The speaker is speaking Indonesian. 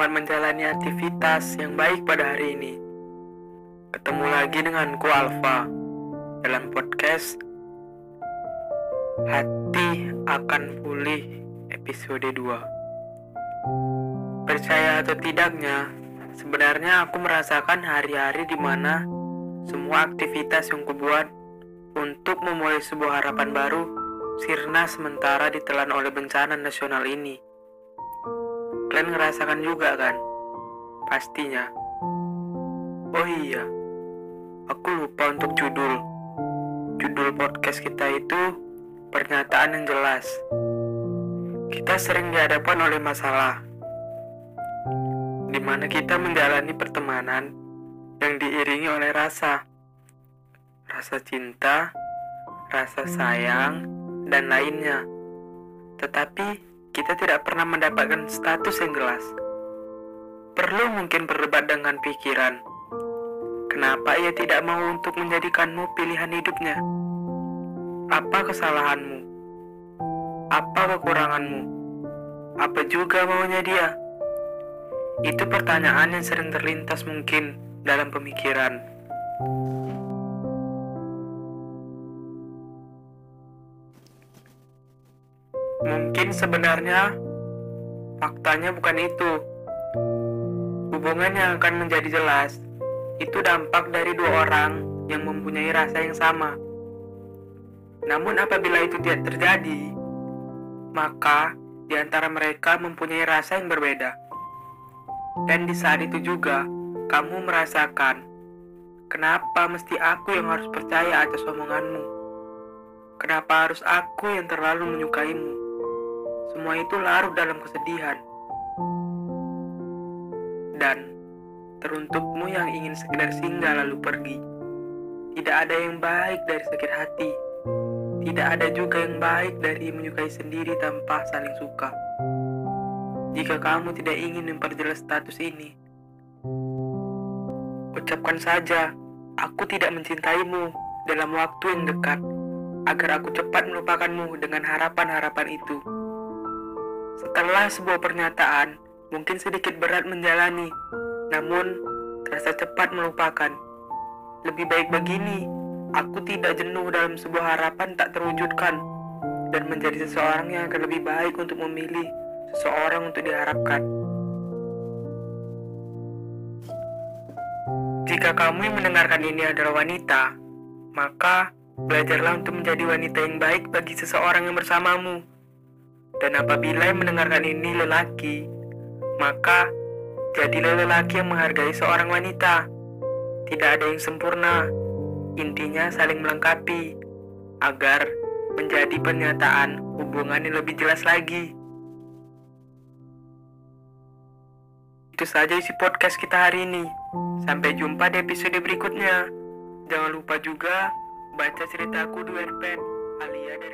selamat menjalani aktivitas yang baik pada hari ini. Ketemu lagi denganku Alfa dalam podcast Hati Akan Pulih episode 2. Percaya atau tidaknya, sebenarnya aku merasakan hari-hari di mana semua aktivitas yang kubuat untuk memulai sebuah harapan baru sirna sementara ditelan oleh bencana nasional ini. Kalian ngerasakan juga kan? Pastinya. Oh iya, aku lupa untuk judul. Judul podcast kita itu pernyataan yang jelas. Kita sering dihadapkan oleh masalah, di mana kita menjalani pertemanan yang diiringi oleh rasa cinta, rasa sayang, dan lainnya. Tetapi kita tidak pernah mendapatkan status yang jelas. Perlu mungkin berdebat dengan pikiran. Kenapa ia tidak mau untuk menjadikanmu pilihan hidupnya? Apa kesalahanmu? Apa kekuranganmu? Apa juga maunya dia? Itu pertanyaan yang sering terlintas mungkin dalam pemikiran. Mungkin sebenarnya faktanya bukan itu. Hubungan yang akan menjadi jelas itu dampak dari dua orang yang mempunyai rasa yang sama. Namun apabila itu tidak terjadi, maka di antara mereka mempunyai rasa yang berbeda. Dan di saat itu juga kamu merasakan, kenapa mesti aku yang harus percaya atas omonganmu? Kenapa harus aku yang terlalu menyukaimu? Semua itu larut dalam kesedihan. Dan teruntukmu yang ingin sekedar singgah lalu pergi, tidak ada yang baik dari sakit hati. Tidak ada juga yang baik dari menyukai sendiri tanpa saling suka. Jika kamu tidak ingin memperjelas status ini, ucapkan saja, aku tidak mencintaimu dalam waktu yang dekat, agar aku cepat melupakanmu dengan harapan-harapan itu. Setelah sebuah pernyataan, mungkin sedikit berat menjalani, namun terasa cepat melupakan. Lebih baik begini, aku tidak jenuh dalam sebuah harapan tak terwujudkan, dan menjadi seseorang yang akan lebih baik untuk memilih seseorang untuk diharapkan. Jika kamu yang mendengarkan ini adalah wanita, maka belajarlah untuk menjadi wanita yang baik bagi seseorang yang bersamamu. Dan apabila yang mendengarkan ini lelaki, maka jadilah lelaki yang menghargai seorang wanita. Tidak ada yang sempurna, intinya saling melengkapi, agar menjadi pernyataan hubungan yang lebih jelas lagi. Itu saja isi podcast kita hari ini. Sampai jumpa di episode berikutnya. Jangan lupa juga baca ceritaku di Wattpad Alia dari